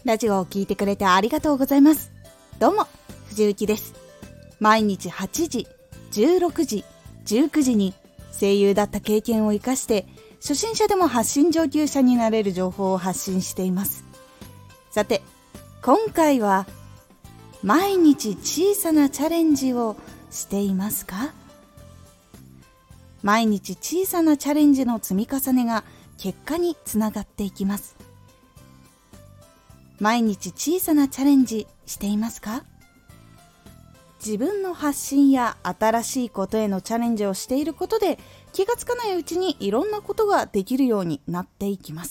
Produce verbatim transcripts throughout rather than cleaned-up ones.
ラジオを聞いてくれてありがとうございます。どうも藤幸です。毎日はちじ、じゅうろくじ、じゅうくじに声優だった経験を生かして初心者でも発信上級者になれる情報を発信しています。さて今回は毎日小さなチャレンジをしていますか？毎日小さなチャレンジの積み重ねが結果につながっていきます。毎日小さなチャレンジしていますか？自分の発信や新しいことへのチャレンジをしていることで気がつかないうちにいろんなことができるようになっていきます。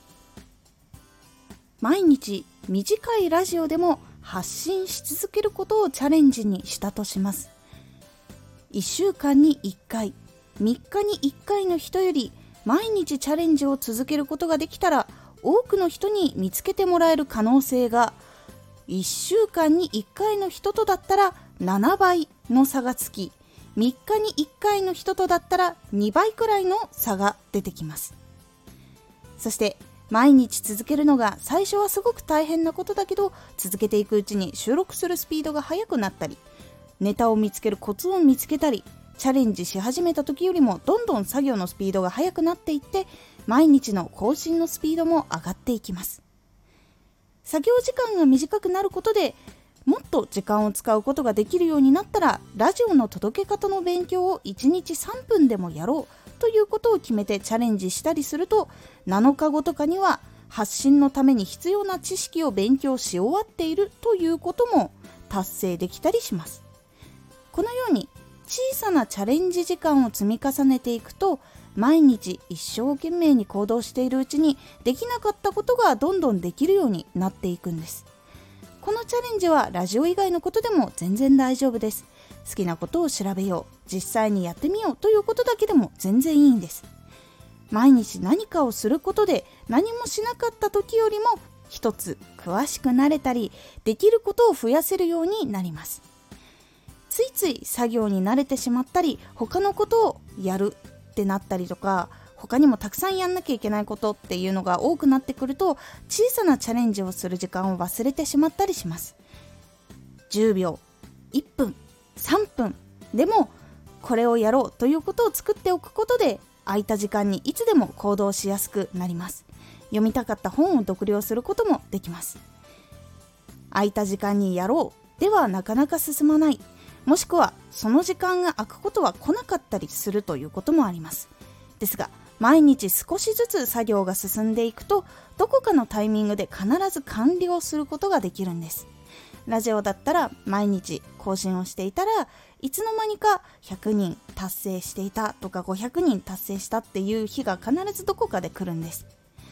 毎日短いラジオでも発信し続けることをチャレンジにしたとします。いっしゅうかんにいっかい、みっかにいっかいの人より毎日チャレンジを続けることができたら多くの人に見つけてもらえる可能性がいっしゅうかんにいっかいの人とだったらななばいの差がつき、みっかにいっかいの人とだったらにばいくらいの差が出てきます。そして毎日続けるのが最初はすごく大変なことだけど、続けていくうちに収録するスピードが速くなったり、ネタを見つけるコツを見つけたり、チャレンジし始めた時よりもどんどん作業のスピードが速くなっていって、毎日の更新のスピードも上がっていきます。作業時間が短くなることでもっと時間を使うことができるようになったら、ラジオの届け方の勉強をいちにちさんぷんでもやろうということを決めてチャレンジしたりすると、なのかごとかには発信のために必要な知識を勉強し終わっているということも達成できたりします。このように小さなチャレンジ時間を積み重ねていくと、毎日一生懸命に行動しているうちにできなかったことがどんどんできるようになっていくんです。このチャレンジはラジオ以外のことでも全然大丈夫です。好きなことを調べよう、実際にやってみようということだけでも全然いいんです。毎日何かをすることで何もしなかった時よりも一つ詳しくなれたり、できることを増やせるようになります。ついつい作業に慣れてしまったり、他のことをやるってなったりとか、他にもたくさんやんなきゃいけないことっていうのが多くなってくると、小さなチャレンジをする時間を忘れてしまったりします。じゅうびょう、いっぷん、さんぷんでもこれをやろうということを作っておくことで、空いた時間にいつでも行動しやすくなります。読みたかった本を読了することもできます。空いた時間にやろうではなかなか進まない、もしくはその時間が空くことは来なかったりするということもあります。ですが毎日少しずつ作業が進んでいくと、どこかのタイミングで必ず完了することができるんです。ラジオだったら毎日更新をしていたら、いつの間にかひゃくにん達成していたとかごひゃくにん達成したっていう日が必ずどこかで来るんです。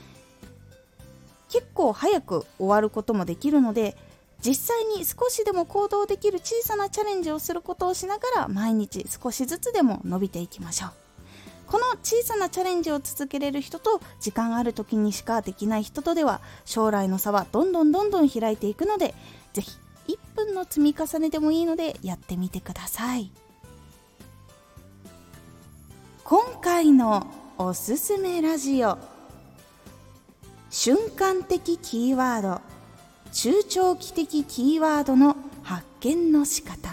結構早く終わることもできるので、実際に少しでも行動できる小さなチャレンジをすることをしながら、毎日少しずつでも伸びていきましょう。この小さなチャレンジを続けれる人と、時間ある時にしかできない人とでは将来の差はどんどんどんどん開いていくので、ぜひいっぷんの積み重ねでもいいのでやってみてください。今回のおすすめラジオ、瞬間的キーワード、中長期的キーワードの発見の仕方。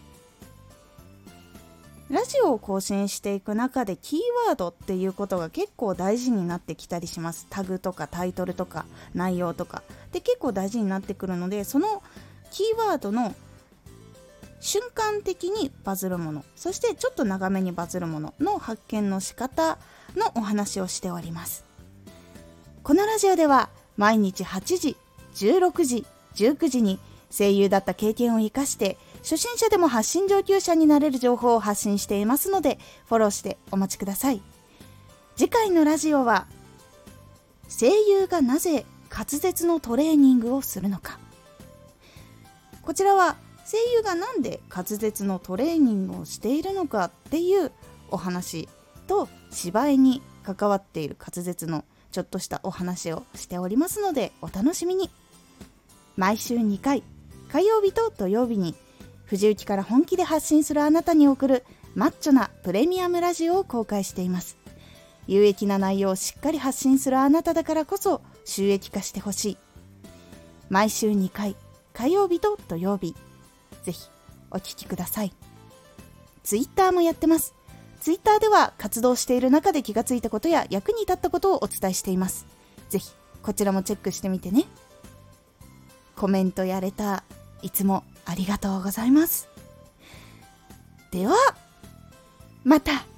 ラジオを更新していく中でキーワードっていうことが結構大事になってきたりします。タグとかタイトルとか内容とかで結構大事になってくるので、そのキーワードの瞬間的にバズるもの、そしてちょっと長めにバズるものの発見の仕方のお話をしております。このラジオでは毎日はちじ、じゅうろくじ、じゅうくじに声優だった経験を生かして初心者でも発信上級者になれる情報を発信していますので、フォローしてお待ちください。次回のラジオは、声優がなぜ滑舌のトレーニングをするのか。こちらは声優がなんで滑舌のトレーニングをしているのかっていうお話と、芝居に関わっている滑舌のちょっとしたお話をしておりますので、お楽しみに。毎週にかい、火曜日と土曜日に藤雪から本気で発信するあなたに送るマッチョなプレミアムラジオを公開しています。有益な内容をしっかり発信するあなただからこそ収益化してほしい。 毎週にかい、火曜日と土曜日、ぜひお聞きください。ツイッターもやってます。ツイッターでは活動している中で気がついたことや役に立ったことをお伝えしています。ぜひこちらもチェックしてみてね。コメントやレター、いつもありがとうございます。ではまた。